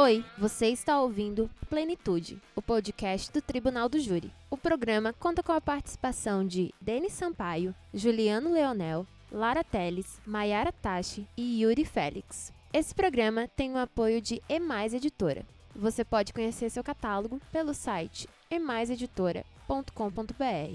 Oi, você está ouvindo Plenitude, o podcast do Tribunal do Júri. O programa conta com a participação de Denis Sampaio, Juliano Leonel, Lara Teles, Maiara Tachi e Yuri Félix. Esse programa tem o apoio de E+ Editora. Você pode conhecer seu catálogo pelo site emaiseditora.com.br.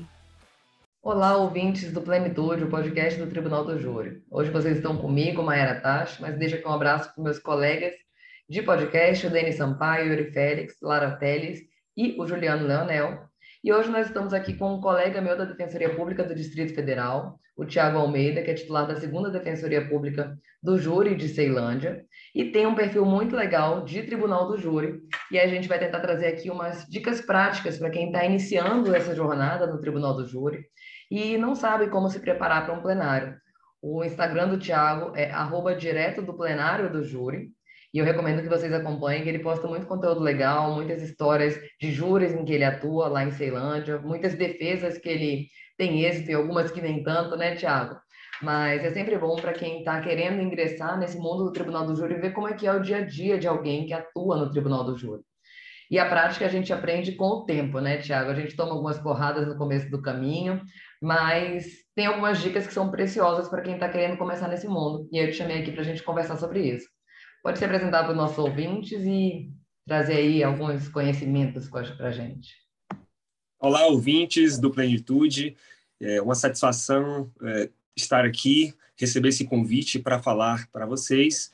Olá, ouvintes do Plenitude, o podcast do Tribunal do Júri. Hoje vocês estão comigo, Maiara Tachi, mas deixo aqui um abraço para meus colegas de podcast, o Denis Sampaio, Yuri Félix, Lara Teles e o Juliano Leonel. E hoje nós estamos aqui com um colega meu da Defensoria Pública do Distrito Federal, o Tiago Almeida, que é titular da 2ª Defensoria Pública do Júri de Ceilândia, e tem um perfil muito legal de Tribunal do Júri. E a gente vai tentar trazer aqui umas dicas práticas para quem está iniciando essa jornada no Tribunal do Júri e não sabe como se preparar para um plenário. O Instagram do Tiago é @direto do plenário do júri, e eu recomendo que vocês acompanhem, que ele posta muito conteúdo legal, muitas histórias de júris em que ele atua lá em Ceilândia, muitas defesas que ele tem êxito e algumas que nem tanto, né, Tiago? Mas é sempre bom para quem está querendo ingressar nesse mundo do Tribunal do Júri ver como é que é o dia a dia de alguém que atua no Tribunal do Júri. E a prática a gente aprende com o tempo, né, Tiago? A gente toma algumas porradas no começo do caminho, mas tem algumas dicas que são preciosas para quem está querendo começar nesse mundo. E eu te chamei aqui para a gente conversar sobre isso. Pode se apresentar para os nossos ouvintes e trazer aí alguns conhecimentos para a gente. Olá, ouvintes do Plenitude. É uma satisfação estar aqui, receber esse convite para falar para vocês.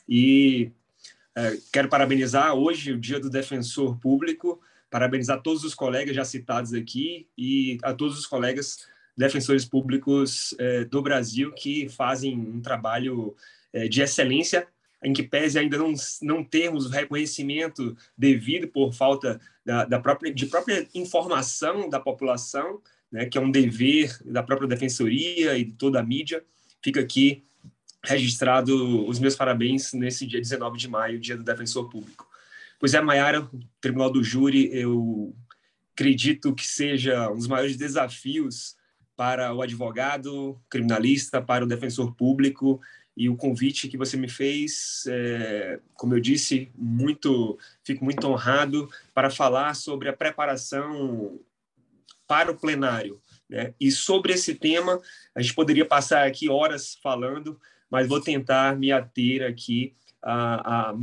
E quero parabenizar hoje o Dia do Defensor Público, parabenizar todos os colegas já citados aqui e a todos os colegas defensores públicos do Brasil que fazem um trabalho de excelência, em que pese ainda não termos o reconhecimento devido por falta de própria informação da população, né, que é um dever da própria defensoria e de toda a mídia. Fica aqui registrado os meus parabéns nesse dia 19 de maio, Dia do Defensor Público. Pois é, Maiara, o Tribunal do Júri, eu acredito que seja um dos maiores desafios para o advogado criminalista, para o defensor público, e o convite que você me fez, como eu disse, fico muito honrado para falar sobre a preparação para o plenário, né? E sobre esse tema, a gente poderia passar aqui horas falando, mas vou tentar me ater aqui à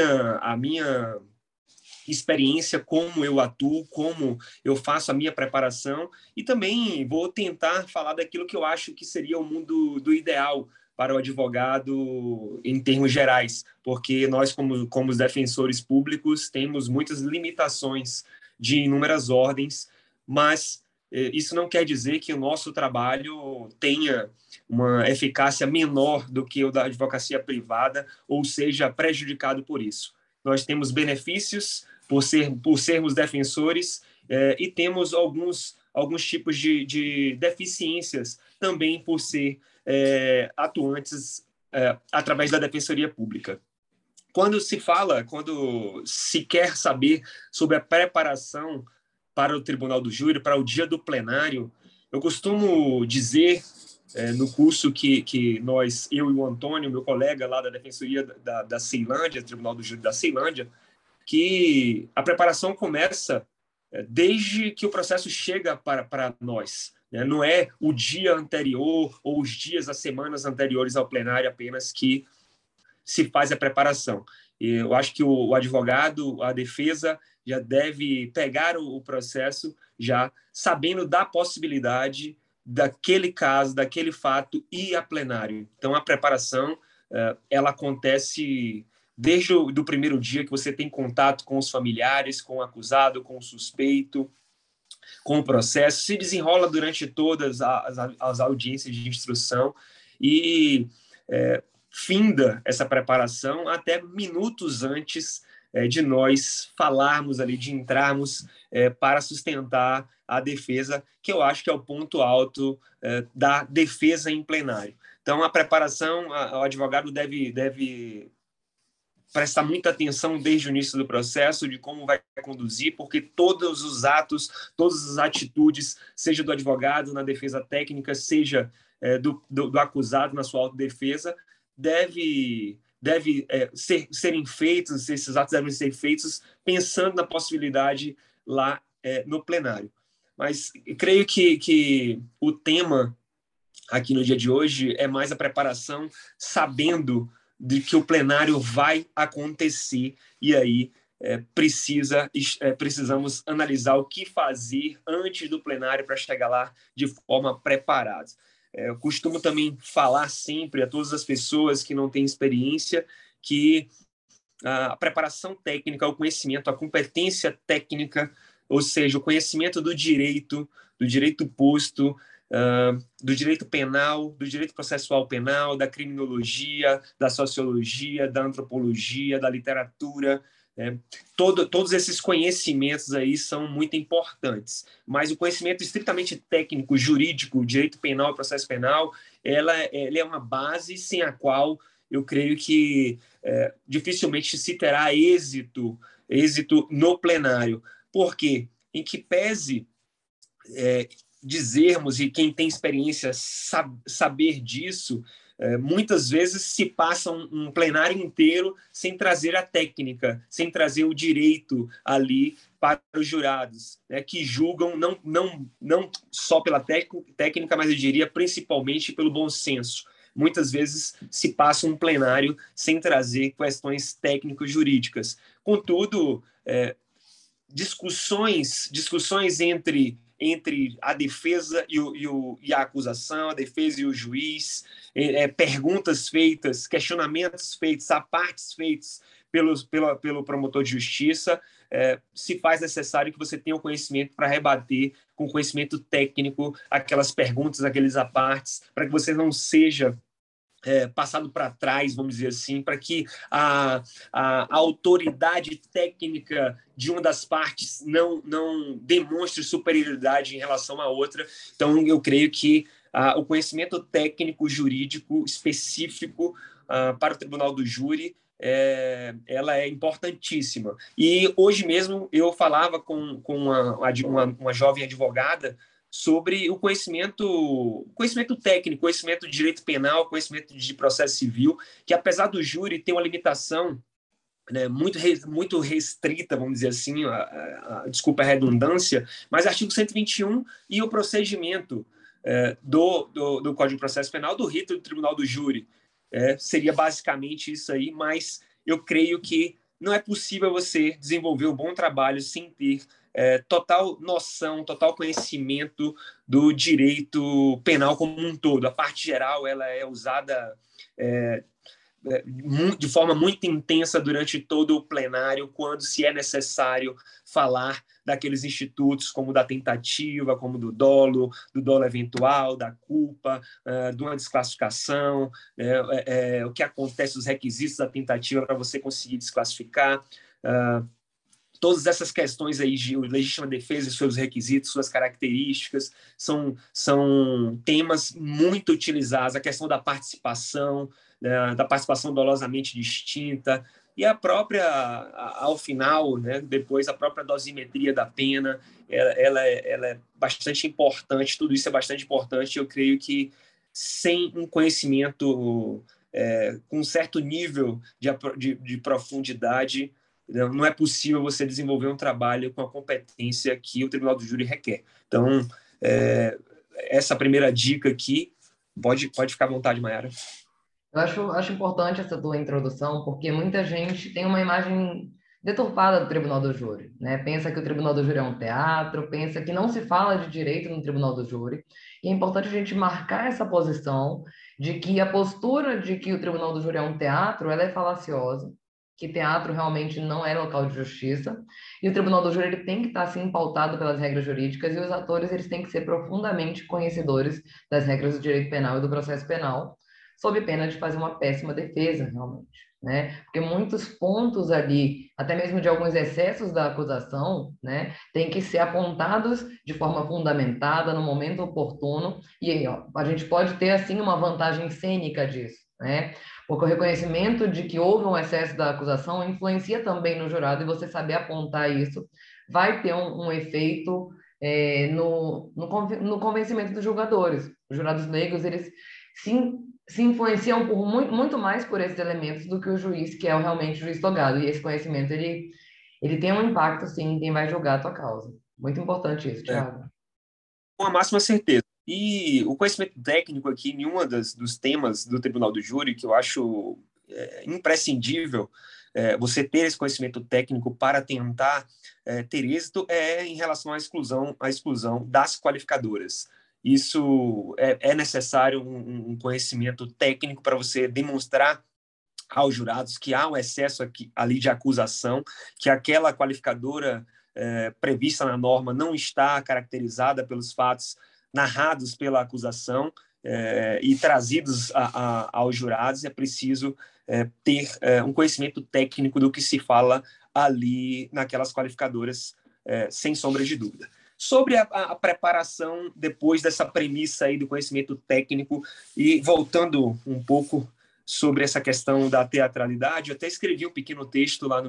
minha experiência, como eu atuo, como eu faço a minha preparação, e também vou tentar falar daquilo que eu acho que seria o mundo do ideal para o advogado em termos gerais, porque nós, como os defensores públicos, temos muitas limitações de inúmeras ordens, mas isso não quer dizer que o nosso trabalho tenha uma eficácia menor do que o da advocacia privada ou seja prejudicado por isso. Nós temos benefícios por sermos defensores e temos alguns tipos de deficiências também por ser atuantes através da defensoria pública. Quando se quer saber sobre a preparação para o Tribunal do Júri, para o dia do plenário, eu costumo dizer, no curso que eu e o Antônio, meu colega lá da Defensoria da Ceilândia, Tribunal do Júri da Ceilândia, que a preparação começa desde que o processo chega para nós. Né? Não é o dia anterior ou os dias, as semanas anteriores ao plenário apenas que se faz a preparação. E eu acho que o advogado, a defesa, já deve pegar o processo já sabendo da possibilidade daquele caso, daquele fato ir a plenário. Então, a preparação ela acontece desde o primeiro dia que você tem contato com os familiares, com o acusado, com o suspeito, com o processo, se desenrola durante todas as audiências de instrução e finda essa preparação até minutos antes de nós falarmos ali, de entrarmos para sustentar a defesa, que eu acho que é o ponto alto da defesa em plenário. Então, a preparação, o advogado deve prestar muita atenção desde o início do processo, de como vai conduzir, porque todos os atos, todas as atitudes, seja do advogado na defesa técnica, seja do acusado na sua autodefesa, deve serem feitos, esses atos devem ser feitos pensando na possibilidade lá no plenário. Mas creio que o tema aqui no dia de hoje é mais a preparação, sabendo de que o plenário vai acontecer, e aí precisamos analisar o que fazer antes do plenário para chegar lá de forma preparada. Eu costumo também falar sempre a todas as pessoas que não têm experiência que a preparação técnica, o conhecimento, a competência técnica, ou seja, o conhecimento do direito posto, do direito penal, do direito processual penal, da criminologia, da sociologia, da antropologia, da literatura, todos esses conhecimentos aí são muito importantes, mas o conhecimento estritamente técnico, jurídico, direito penal e processo penal, ela é uma base sem a qual eu creio que dificilmente se terá êxito no plenário. Por quê? Em que pese dizermos, e quem tem experiência saber disso, muitas vezes se passa um plenário inteiro sem trazer a técnica, sem trazer o direito ali para os jurados, que julgam não só pela técnica, mas eu diria principalmente pelo bom senso. Muitas vezes se passa um plenário sem trazer questões técnico-jurídicas. Contudo, discussões entre a defesa e a acusação, a defesa e o juiz, perguntas feitas, questionamentos feitos, apartes feitos pelo promotor de justiça, se faz necessário que você tenha o conhecimento para rebater com conhecimento técnico aquelas perguntas, aqueles apartes, para que você não seja passado para trás, vamos dizer assim, para que a autoridade técnica de uma das partes não demonstre superioridade em relação à outra. Então, eu creio que o conhecimento técnico jurídico específico para o Tribunal do Júri ela é importantíssima. E hoje mesmo eu falava com uma jovem advogada sobre o conhecimento técnico, conhecimento de direito penal, conhecimento de processo civil, que apesar do júri ter uma limitação muito restrita, vamos dizer assim, desculpa a redundância, mas artigo 121 e o procedimento do Código de Processo Penal, do rito do Tribunal do Júri. Seria basicamente isso aí, mas eu creio que não é possível você desenvolver um bom trabalho sem ter total noção, total conhecimento do direito penal como um todo. A parte geral ela é usada de forma muito intensa durante todo o plenário, quando se é necessário falar daqueles institutos como da tentativa, como do dolo eventual, da culpa, de uma desclassificação, o que acontece, os requisitos da tentativa para você conseguir desclassificar, todas essas questões aí de legítima defesa e seus requisitos, suas características, são temas muito utilizados. A questão da participação dolosamente distinta, e a própria, ao final, depois, a própria dosimetria da pena, ela é bastante importante, tudo isso é bastante importante. Eu creio que sem um conhecimento com um certo nível de profundidade, não é possível você desenvolver um trabalho com a competência que o Tribunal do Júri requer. Então, essa primeira dica aqui, pode ficar à vontade, Mayara. Eu acho importante essa tua introdução, porque muita gente tem uma imagem deturpada do Tribunal do Júri, né? Pensa que o Tribunal do Júri é um teatro, pensa que não se fala de direito no Tribunal do Júri, e é importante a gente marcar essa posição de que a postura de que o Tribunal do Júri é um teatro, ela é falaciosa, que teatro realmente não é local de justiça, e o Tribunal do Júri ele tem que estar assim pautado pelas regras jurídicas, e os atores eles têm que ser profundamente conhecedores das regras do direito penal e do processo penal, sob pena de fazer uma péssima defesa, realmente, né? Porque muitos pontos ali, até mesmo de alguns excessos da acusação, né, têm que ser apontados de forma fundamentada, no momento oportuno, e aí, ó, a gente pode ter, assim, uma vantagem cênica disso, né? Porque o reconhecimento de que houve um excesso da acusação influencia também no jurado, e você saber apontar isso vai ter um efeito no convencimento dos julgadores. Os jurados leigos, eles se influenciam por muito mais por esses elementos do que o juiz, que é realmente o juiz togado. E esse conhecimento, ele tem um impacto, sim, em quem vai julgar a tua causa. Muito importante isso, Thiago. Com a máxima certeza. E o conhecimento técnico aqui, em dos temas do Tribunal do Júri, que eu acho imprescindível você ter esse conhecimento técnico para tentar ter êxito, em relação à exclusão das qualificadoras. Isso é necessário um conhecimento técnico para você demonstrar aos jurados que há um excesso ali de acusação, que aquela qualificadora prevista na norma não está caracterizada pelos fatos narrados pela acusação e trazidos aos jurados. É preciso ter um conhecimento técnico do que se fala ali naquelas qualificadoras, sem sombra de dúvida. Sobre a preparação depois dessa premissa aí do conhecimento técnico, e voltando um pouco sobre essa questão da teatralidade, eu até escrevi um pequeno texto lá no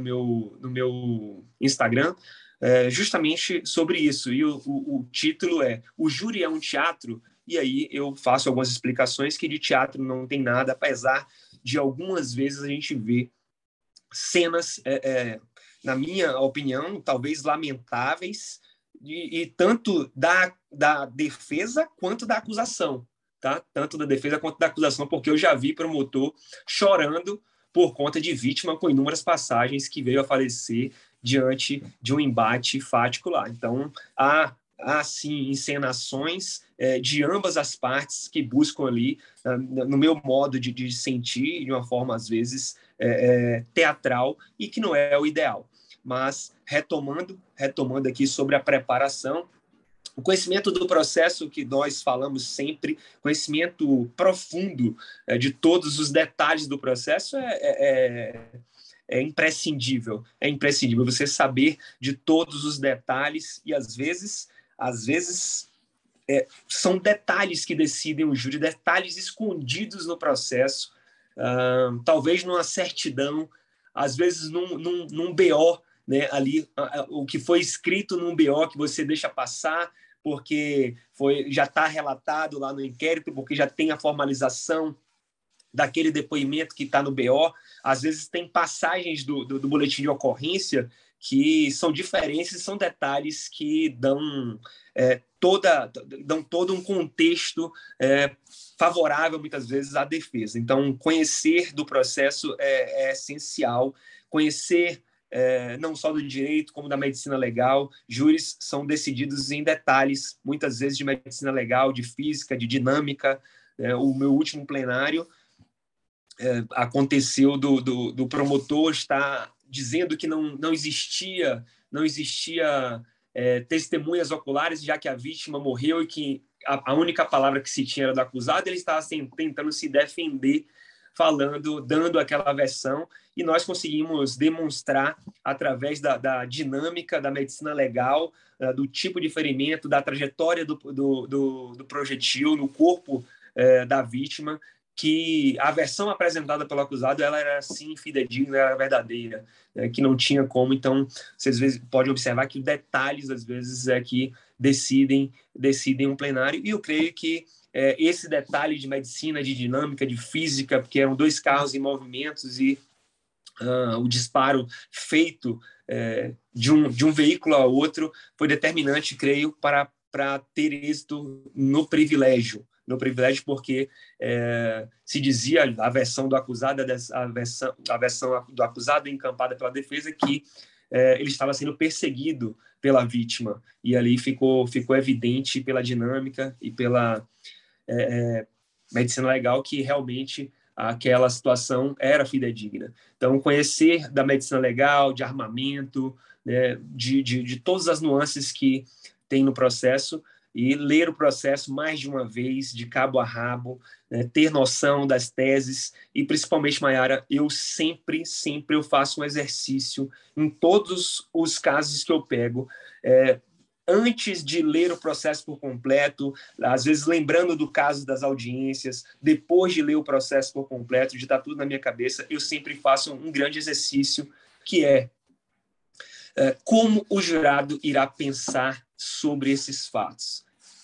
meu Instagram, justamente sobre isso. E o título é "O Júri é um Teatro?", e aí eu faço algumas explicações que de teatro não tem nada, apesar de algumas vezes a gente ver cenas, na minha opinião, talvez lamentáveis, e tanto da defesa quanto da acusação. Tá? Tanto da defesa quanto da acusação, porque eu já vi promotor chorando por conta de vítima com inúmeras passagens que veio a falecer diante de um embate fático lá. Então, há sim, encenações de ambas as partes que buscam ali, no meu modo de sentir, de uma forma, às vezes, teatral, e que não é o ideal. Mas, retomando aqui sobre a preparação, o conhecimento do processo que nós falamos sempre, conhecimento profundo de todos os detalhes do processo é imprescindível. É imprescindível você saber de todos os detalhes e, às vezes são detalhes que decidem o júri, detalhes escondidos no processo, talvez numa certidão, às vezes num BO, né, ali, o que foi escrito num BO que você deixa passar, porque já está relatado lá no inquérito, porque já tem a formalização daquele depoimento que está no BO. Às vezes tem passagens do boletim de ocorrência que são diferentes, são detalhes que dão todo um contexto favorável, muitas vezes, à defesa. Então, conhecer do processo é essencial, conhecer não só do direito, como da medicina legal. Júris são decididos em detalhes, muitas vezes de medicina legal, de física, de dinâmica. O meu último plenário aconteceu do promotor estar dizendo que não existia testemunhas oculares, já que a vítima morreu e que a única palavra que se tinha era do acusado. Ele estava tentando se defender, dando aquela versão, e nós conseguimos demonstrar, através da dinâmica da medicina legal, do tipo de ferimento, da trajetória do projetil no corpo da vítima, que a versão apresentada pelo acusado ela era, sim, fidedigna, era verdadeira, que não tinha como. Então, vocês às vezes podem observar que detalhes, às vezes, que decidem um plenário, e eu creio que esse detalhe de medicina, de dinâmica, de física, porque eram dois carros em movimentos e o disparo feito de um veículo a outro foi determinante, creio, para ter êxito no privilégio, porque se dizia a versão do acusado, a versão do acusado encampada pela defesa, que ele estava sendo perseguido pela vítima, e ali ficou evidente pela dinâmica e pela medicina legal que realmente aquela situação era fidedigna. Então, conhecer da medicina legal, de armamento, né, de todas as nuances que tem no processo, e ler o processo mais de uma vez, de cabo a rabo, né, ter noção das teses, e principalmente, Maiara, eu sempre eu faço um exercício em todos os casos que eu pego, antes de ler o processo por completo, às vezes lembrando do caso das audiências, depois de ler o processo por completo, de estar tudo na minha cabeça, eu sempre faço um grande exercício, que é como o jurado irá pensar sobre esses fatos.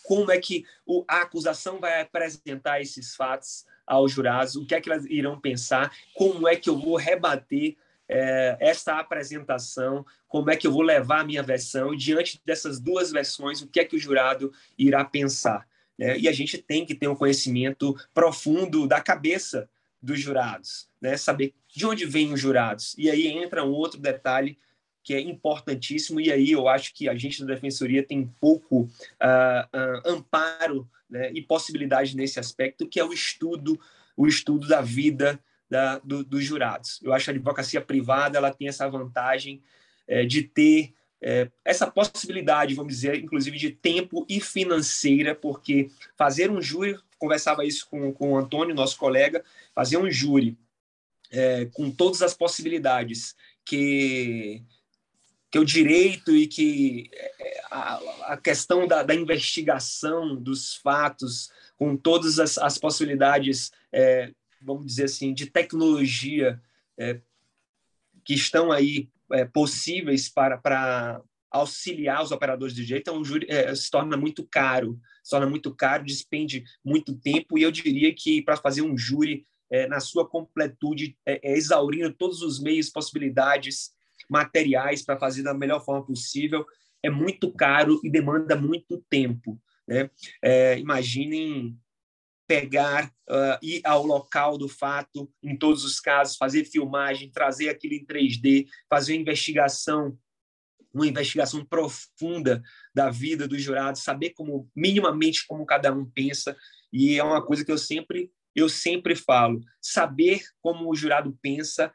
como é que a acusação vai apresentar esses fatos aos jurados, o que é que elas irão pensar, como é que eu vou rebater esta apresentação, como é que eu vou levar a minha versão, e diante dessas duas versões, o que é que o jurado irá pensar, né? E a gente tem que ter um conhecimento profundo da cabeça dos jurados, né? Saber de onde vêm os jurados. E aí entra um outro detalhe que é importantíssimo, e aí eu acho que a gente da Defensoria tem pouco amparo, né, e possibilidade nesse aspecto, que é o estudo da vida dos jurados. Eu acho que a advocacia privada ela tem essa vantagem de ter essa possibilidade, vamos dizer, inclusive de tempo e financeira, porque fazer um júri, conversava isso com o Antônio, nosso colega, fazer um júri com todas as possibilidades que o direito e que a questão da investigação dos fatos, com todas as possibilidades, vamos dizer assim, de tecnologia que estão aí possíveis para auxiliar os operadores de direito, um júri se torna muito caro, despende muito tempo, e eu diria que para fazer um júri na sua completude, exaurindo todos os meios, possibilidades materiais para fazer da melhor forma possível, é muito caro e demanda muito tempo, né? Imaginem pegar, ir ao local do fato, em todos os casos, fazer filmagem, trazer aquilo em 3D, fazer uma investigação profunda da vida dos jurados, saber minimamente como cada um pensa, e é uma coisa que eu sempre falo, saber como o jurado pensa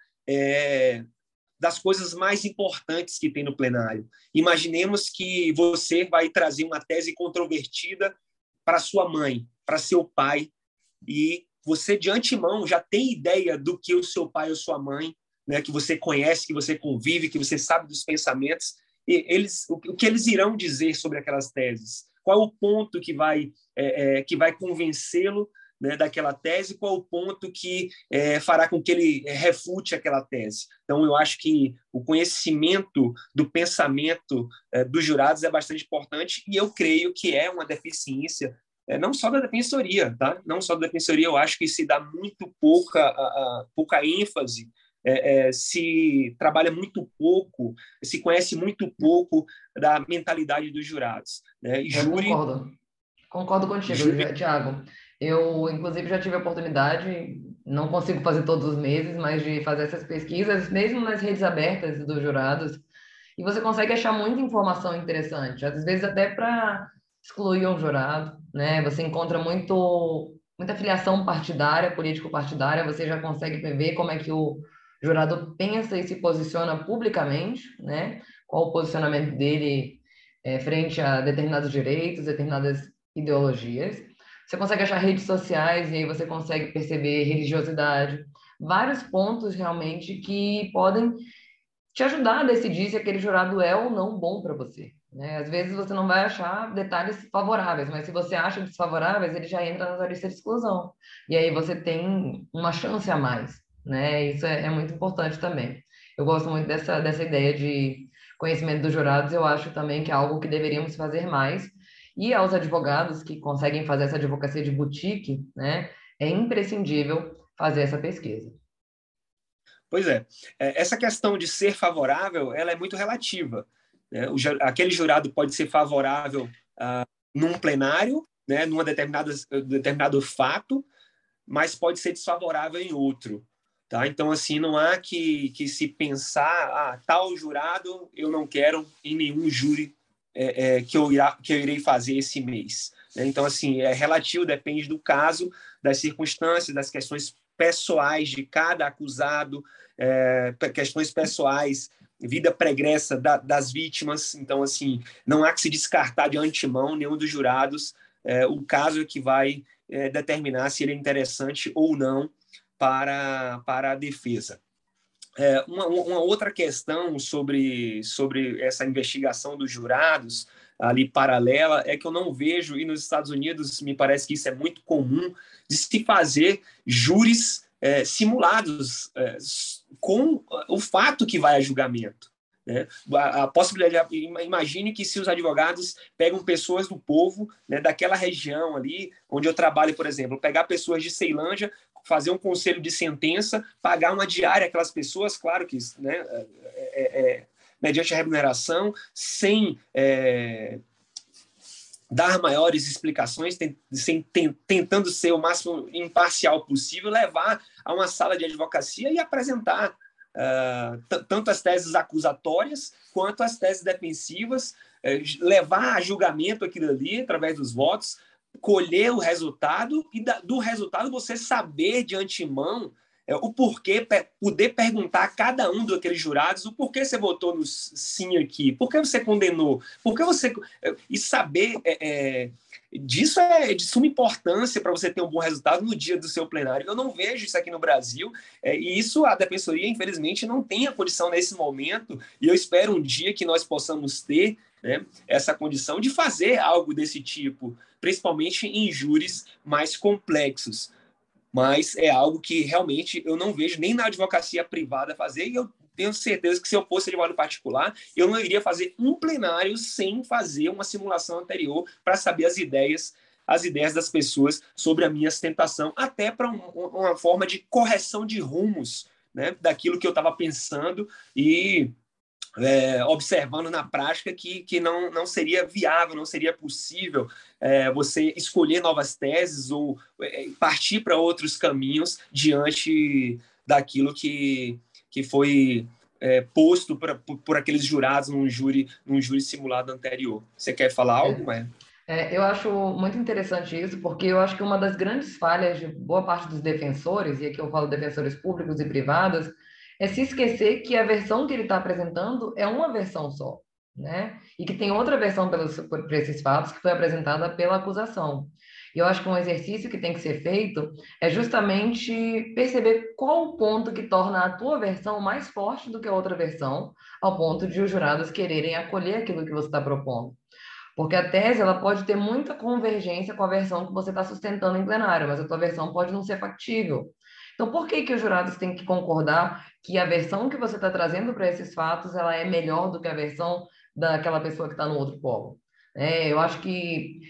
das coisas mais importantes que tem no plenário. Imaginemos que você vai trazer uma tese controvertida para sua mãe, para seu pai, e você, de antemão, já tem ideia do que o seu pai ou sua mãe, né, que você conhece, que você convive, que você sabe dos pensamentos, e o que eles irão dizer sobre aquelas teses. Qual o ponto que vai convencê-lo, né, daquela tese, qual o ponto que fará com que ele refute aquela tese. Então, eu acho que o conhecimento do pensamento dos jurados é bastante importante, e eu creio que é uma deficiência, não só da Defensoria, tá? Não só da Defensoria, eu acho que se dá muito pouca ênfase, se trabalha muito pouco, se conhece muito pouco da mentalidade dos jurados, né? E júri... Concordo contigo, Tiago. Eu, inclusive, já tive a oportunidade, não consigo fazer todos os meses, mas de fazer essas pesquisas, mesmo nas redes abertas dos jurados, e você consegue achar muita informação interessante, às vezes até para excluir um jurado, né? Você encontra muita filiação partidária, político-partidária, você já consegue ver como é que o jurado pensa e se posiciona publicamente, né? Qual o posicionamento dele frente a determinados direitos, determinadas ideologias. Você consegue achar redes sociais e aí você consegue perceber religiosidade, vários pontos realmente que podem te ajudar a decidir se aquele jurado é ou não bom para você, né? Às vezes você não vai achar detalhes favoráveis, mas se você acha desfavoráveis, ele já entra na lista de exclusão. E aí você tem uma chance a mais, né? Isso é muito importante também. Eu gosto muito dessa ideia de conhecimento dos jurados, eu acho também que é algo que deveríamos fazer mais. E aos advogados que conseguem fazer essa advocacia de boutique, né, é imprescindível fazer essa pesquisa. Pois é. Essa questão de ser favorável, ela é muito relativa, né? Aquele jurado pode ser favorável num plenário, né, num determinado fato, mas pode ser desfavorável em outro. Tá? Então, assim, não há que se pensar, tal jurado eu não quero em nenhum júri que eu irei fazer esse mês. Né? Então, assim, é relativo, depende do caso, das circunstâncias, das questões pessoais de cada acusado, questões pessoais, vida pregressa das vítimas. Então, assim, não há que se descartar de antemão nenhum dos jurados o caso que vai determinar se ele é interessante ou não para a defesa. Uma outra questão sobre essa investigação dos jurados ali paralela é que eu não vejo, e nos Estados Unidos me parece que isso é muito comum, de se fazer júris simulados com o fato que vai a julgamento. né? A possibilidade, imagine que se os advogados pegam pessoas do povo, né, daquela região ali, onde eu trabalho, por exemplo, pegar pessoas de Ceilândia, fazer um conselho de sentença, pagar uma diária àquelas pessoas, claro que, né, mediante a remuneração, sem dar maiores explicações, tentando ser o máximo imparcial possível, levar a uma sala de advocacia e apresentar tanto as teses acusatórias quanto as teses defensivas, levar a julgamento aquilo ali através dos votos, colher o resultado e do resultado você saber de antemão o porquê, poder perguntar a cada um daqueles jurados o porquê você votou no sim aqui, por que você condenou, por que você... E saber disso é de suma importância para você ter um bom resultado no dia do seu plenário. Eu não vejo isso aqui no Brasil, e isso a Defensoria, infelizmente, não tem a condição nesse momento, e eu espero um dia que nós possamos ter, né, essa condição de fazer algo desse tipo, principalmente em júris mais complexos. Mas é algo que realmente eu não vejo nem na advocacia privada fazer, e eu tenho certeza que se eu fosse advogado particular, eu não iria fazer um plenário sem fazer uma simulação anterior para saber as ideias das pessoas sobre a minha sustentação, até para uma forma de correção de rumos, né, daquilo que eu estava pensando e observando na prática que não seria viável, não seria possível você escolher novas teses ou partir para outros caminhos diante daquilo que foi posto por aqueles jurados num júri simulado anterior. Você quer falar algo, Maia? Eu acho muito interessante isso, porque eu acho que uma das grandes falhas de boa parte dos defensores, e aqui eu falo defensores públicos e privados, é se esquecer que a versão que ele está apresentando é uma versão só, né? E que tem outra versão para esses fatos que foi apresentada pela acusação. E eu acho que um exercício que tem que ser feito é justamente perceber qual o ponto que torna a tua versão mais forte do que a outra versão, ao ponto de os jurados quererem acolher aquilo que você está propondo. Porque a tese ela pode ter muita convergência com a versão que você está sustentando em plenário, mas a tua versão pode não ser factível. Então, por que os jurados têm que concordar que a versão que você está trazendo para esses fatos ela é melhor do que a versão daquela pessoa que está no outro polo? Eu acho que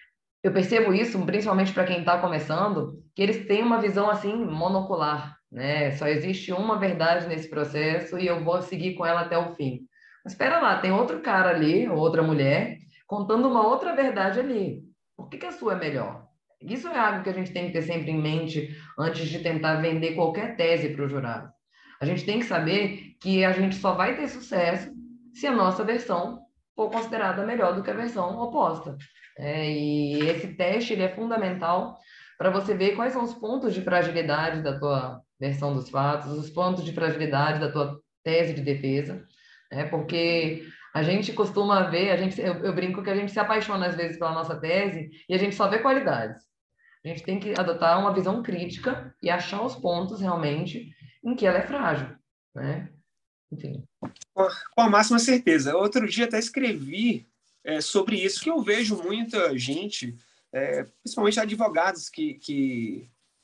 eu percebo isso, principalmente para quem está começando, que eles têm uma visão assim monocular, né? Só existe uma verdade nesse processo e eu vou seguir com ela até o fim. Mas espera lá, tem outro cara ali, ou outra mulher, contando uma outra verdade ali. Por que a sua é melhor? Isso é algo que a gente tem que ter sempre em mente antes de tentar vender qualquer tese para o jurado. A gente tem que saber que a gente só vai ter sucesso se a nossa versão for considerada melhor do que a versão oposta. E esse teste ele é fundamental para você ver quais são os pontos de fragilidade da tua versão dos fatos, os pontos de fragilidade da tua tese de defesa, porque a gente costuma ver, eu brinco que a gente se apaixona às vezes pela nossa tese e a gente só vê qualidades. A gente tem que adotar uma visão crítica e achar os pontos realmente em que ela é frágil, né? Enfim. Com a máxima certeza. Outro dia até escrevi sobre isso, que eu vejo muita gente, principalmente advogados que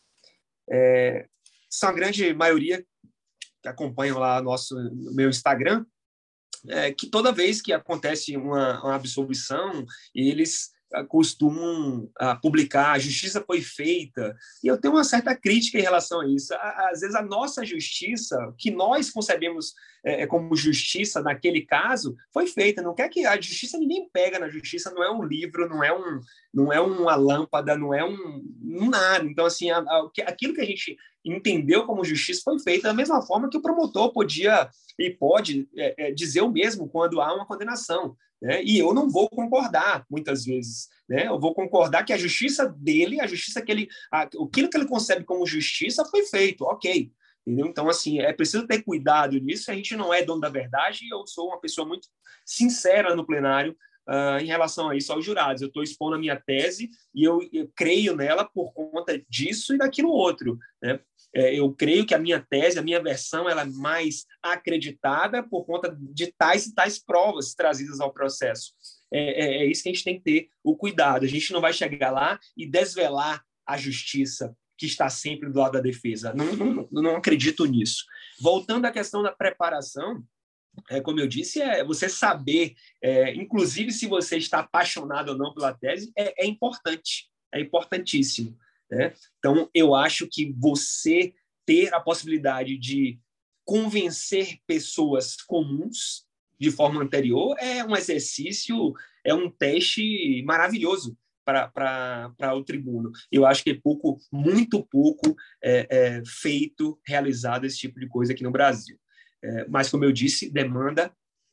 são a grande maioria que acompanham lá no meu Instagram, que toda vez que acontece uma absolvição, eles costumam publicar a justiça foi feita, e eu tenho uma certa crítica em relação a isso. Às vezes a nossa justiça, que nós concebemos como justiça naquele caso, foi feita. Não quer que a justiça, ninguém pega na justiça, não é um livro, não é uma lâmpada, não é nada. Então, assim, aquilo que a gente entendeu como justiça foi feito da mesma forma que o promotor podia e pode dizer o mesmo quando há uma condenação, né? E eu não vou concordar muitas vezes, né? Eu vou concordar que a justiça dele, aquilo que ele concebe como justiça foi feito, ok. Entendeu? Então, assim, é preciso ter cuidado nisso. A gente não é dono da verdade, e eu sou uma pessoa muito sincera no plenário em relação a isso aos jurados. Eu estou expondo a minha tese e eu creio nela por conta disso e daquilo outro, né? Eu creio que a minha tese, a minha versão, ela é mais acreditada por conta de tais e tais provas trazidas ao processo. É isso que a gente tem que ter o cuidado. A gente não vai chegar lá e desvelar a justiça que está sempre do lado da defesa. Não acredito nisso. Voltando à questão da preparação, como eu disse, você saber, inclusive se você está apaixonado ou não pela tese, é importante, é importantíssimo, né? Então, eu acho que você ter a possibilidade de convencer pessoas comuns de forma anterior é um exercício, é um teste maravilhoso para o tribuno. Eu acho que é muito pouco feito, realizado esse tipo de coisa aqui no Brasil. Mas, como eu disse, demanda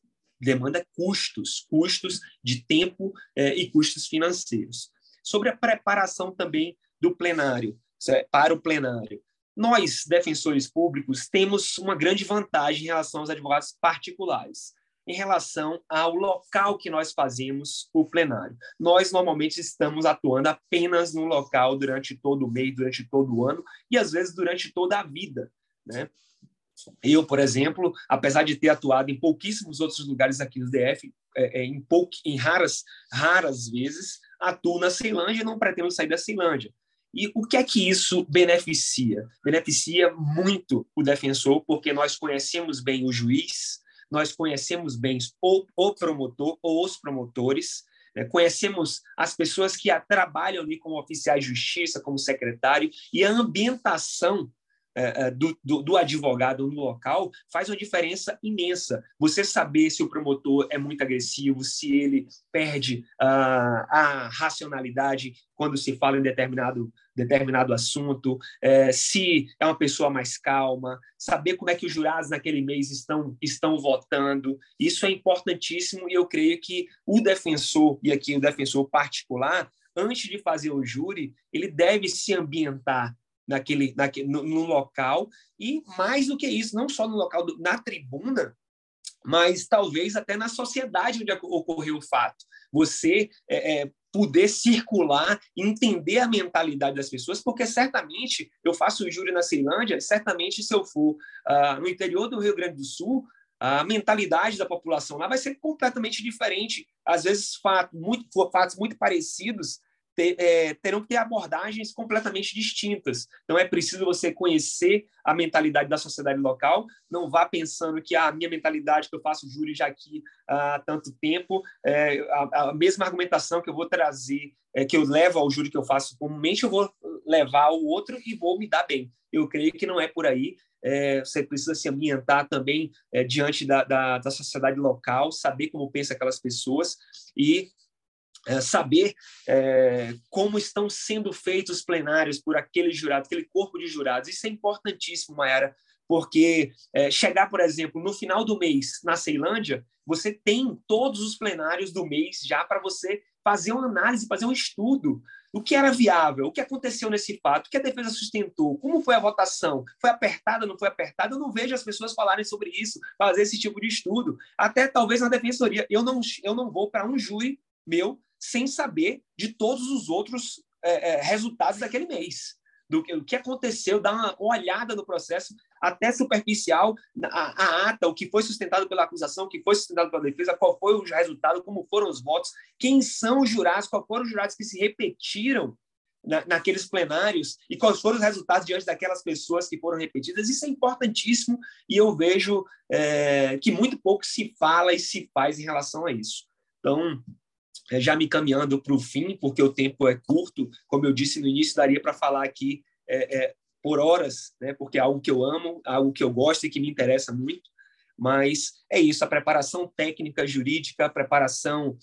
custos de tempo e custos financeiros. Sobre a preparação também do plenário, para o plenário. Nós, defensores públicos, temos uma grande vantagem em relação aos advogados particulares, em relação ao local que nós fazemos o plenário. Nós, normalmente, estamos atuando apenas no local durante todo o mês, durante todo o ano e, às vezes, durante toda a vida, né? Eu, por exemplo, apesar de ter atuado em pouquíssimos outros lugares aqui no DF, em raras vezes, atuo na Ceilândia e não pretendo sair da Ceilândia. E o que é que isso beneficia? Beneficia muito o defensor, porque nós conhecemos bem o juiz, nós conhecemos bem o promotor ou os promotores, né? Conhecemos as pessoas que trabalham ali como oficiais de justiça, como secretário, e a ambientação do advogado no local faz uma diferença imensa. Você saber se o promotor é muito agressivo, se ele perde a racionalidade quando se fala em determinado assunto, se é uma pessoa mais calma, saber como é que os jurados naquele mês estão votando. Isso é importantíssimo e eu creio que o defensor, e aqui o defensor particular, antes de fazer o júri, ele deve se ambientar no local, e mais do que isso, não só no local, na tribuna, mas talvez até na sociedade onde ocorreu o fato. Você poder circular, entender a mentalidade das pessoas, porque certamente eu faço o júri na Ceilândia, certamente se eu for no interior do Rio Grande do Sul, a mentalidade da população lá vai ser completamente diferente. Às vezes, fatos muito parecidos terão que ter abordagens completamente distintas. Então, é preciso você conhecer a mentalidade da sociedade local, não vá pensando que a minha mentalidade, que eu faço júri já aqui há tanto tempo, a mesma argumentação que eu vou trazer, que eu levo ao júri que eu faço comumente, eu vou levar ao outro e vou me dar bem. Eu creio que não é por aí. Você precisa se ambientar também diante da sociedade local, saber como pensam aquelas pessoas e saber como estão sendo feitos os plenários por aquele jurado, aquele corpo de jurados. Isso é importantíssimo, Mayara, porque chegar, por exemplo, no final do mês na Ceilândia, você tem todos os plenários do mês já para você fazer uma análise, fazer um estudo. O que era viável? O que aconteceu nesse fato? O que a defesa sustentou? Como foi a votação? Foi apertada, não foi apertada? Eu não vejo as pessoas falarem sobre isso, fazer esse tipo de estudo. Até talvez na defensoria. Eu não vou para um júri meu sem saber de todos os outros resultados daquele mês, do que aconteceu, dar uma olhada no processo, até superficial, a ata, o que foi sustentado pela acusação, o que foi sustentado pela defesa, qual foi o resultado, como foram os votos, quem são os jurados, quais foram os jurados que se repetiram naqueles plenários e quais foram os resultados diante daquelas pessoas que foram repetidas. Isso é importantíssimo e eu vejo que muito pouco se fala e se faz em relação a isso. Então, já me caminhando para o fim, porque o tempo é curto, como eu disse no início, daria para falar aqui por horas, né? Porque é algo que eu amo, algo que eu gosto e que me interessa muito, mas é isso, a preparação técnica, jurídica, a preparação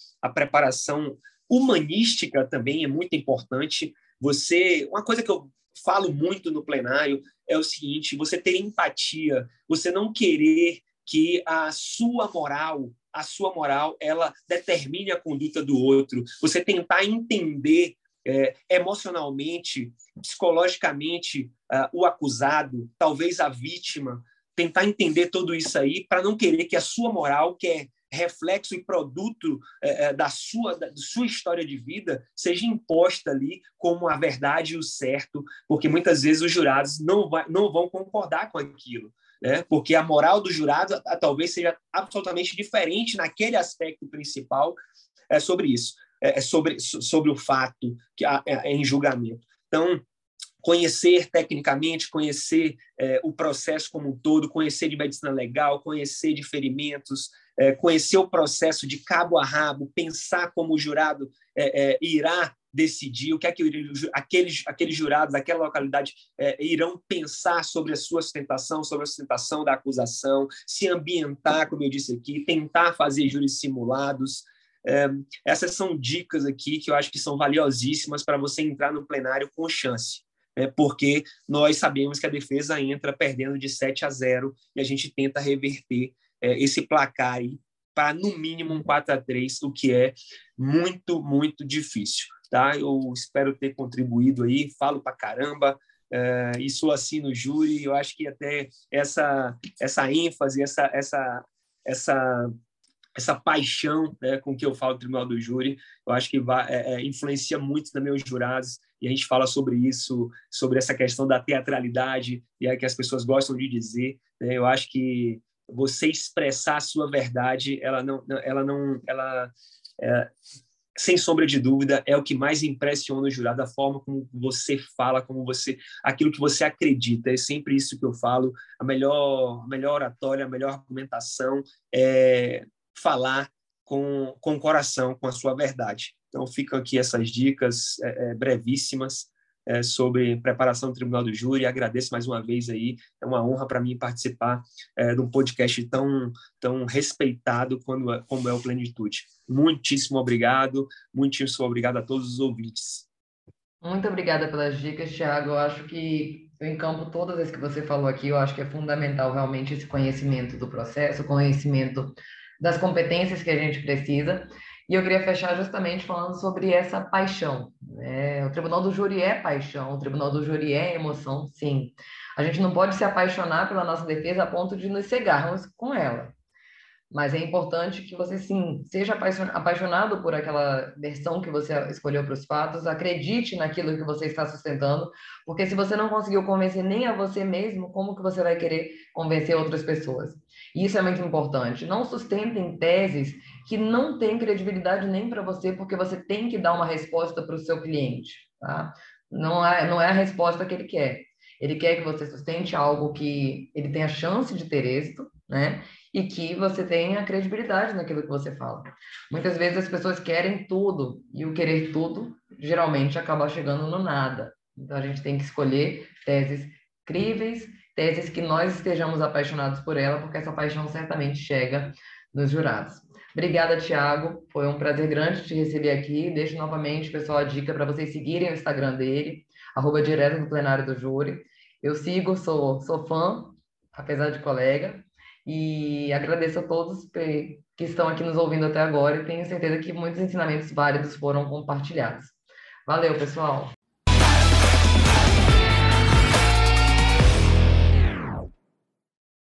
humanística também é muito importante. Uma coisa que eu falo muito no plenário é o seguinte: você ter empatia, você não querer que a sua moral ela determine a conduta do outro, você tentar entender emocionalmente, psicologicamente o acusado, talvez a vítima, tentar entender tudo isso aí para não querer que a sua moral, que é reflexo e produto da sua história de vida, seja imposta ali como a verdade e o certo, porque muitas vezes os jurados não vão concordar com aquilo. Porque a moral do jurado talvez seja absolutamente diferente naquele aspecto principal sobre isso, sobre o fato em julgamento. Então, conhecer tecnicamente, conhecer o processo como um todo, conhecer de medicina legal, conhecer de ferimentos, conhecer o processo de cabo a rabo, pensar como o jurado irá decidir, o que é que aqueles jurados daquela localidade irão pensar sobre a sua sustentação, sobre a sustentação da acusação, se ambientar, como eu disse aqui, tentar fazer júris simulados. Essas são dicas aqui que eu acho que são valiosíssimas para você entrar no plenário com chance, porque nós sabemos que a defesa entra perdendo de 7-0 e a gente tenta reverter esse placar aí para, no mínimo, um 4-3, o que é muito, muito difícil. Tá? Eu espero ter contribuído aí, falo para caramba, e sou assim no júri. Eu acho que até essa ênfase, essa paixão, né, com que eu falo do Tribunal do Júri, eu acho que influencia muito também os jurados, e a gente fala sobre isso, sobre essa questão da teatralidade, e é que as pessoas gostam de dizer, né? Eu acho que você expressar a sua verdade, sem sombra de dúvida, é o que mais impressiona o jurado, a forma como você fala, aquilo que você acredita. É sempre isso que eu falo. A melhor oratória, a melhor argumentação é falar com o coração, com a sua verdade. Então, ficam aqui essas dicas brevíssimas sobre preparação do Tribunal do Júri. Agradeço mais uma vez aí. É uma honra para mim participar de um podcast tão respeitado como é o Plenitude. Muitíssimo obrigado a todos os ouvintes. Muito obrigada pelas dicas, Thiago. Eu acho que eu encampo todas as que você falou aqui. Eu acho que é fundamental realmente esse conhecimento do processo, conhecimento das competências que a gente precisa. E eu queria fechar justamente falando sobre essa paixão, né? O Tribunal do Júri é paixão, o Tribunal do Júri é emoção, sim. A gente não pode se apaixonar pela nossa defesa a ponto de nos cegarmos com ela. Mas é importante que você, sim, seja apaixonado por aquela versão que você escolheu para os fatos, acredite naquilo que você está sustentando, porque se você não conseguiu convencer nem a você mesmo, como que você vai querer convencer outras pessoas? E isso é muito importante. Não sustentem teses que não têm credibilidade nem para você, porque você tem que dar uma resposta para o seu cliente, tá? Não é a resposta que ele quer. Ele quer que você sustente algo que ele tenha chance de ter êxito, né? E que você tenha credibilidade naquilo que você fala. Muitas vezes as pessoas querem tudo, e o querer tudo geralmente acaba chegando no nada. Então a gente tem que escolher teses críveis, teses que nós estejamos apaixonados por ela, porque essa paixão certamente chega nos jurados. Obrigada, Thiago. Foi um prazer grande te receber aqui. Deixo novamente, pessoal, a dica para vocês seguirem o Instagram dele, @direto do plenário do júri. Eu sigo, sou fã, apesar de colega. E agradeço a todos que estão aqui nos ouvindo até agora e tenho certeza que muitos ensinamentos válidos foram compartilhados. Valeu, pessoal!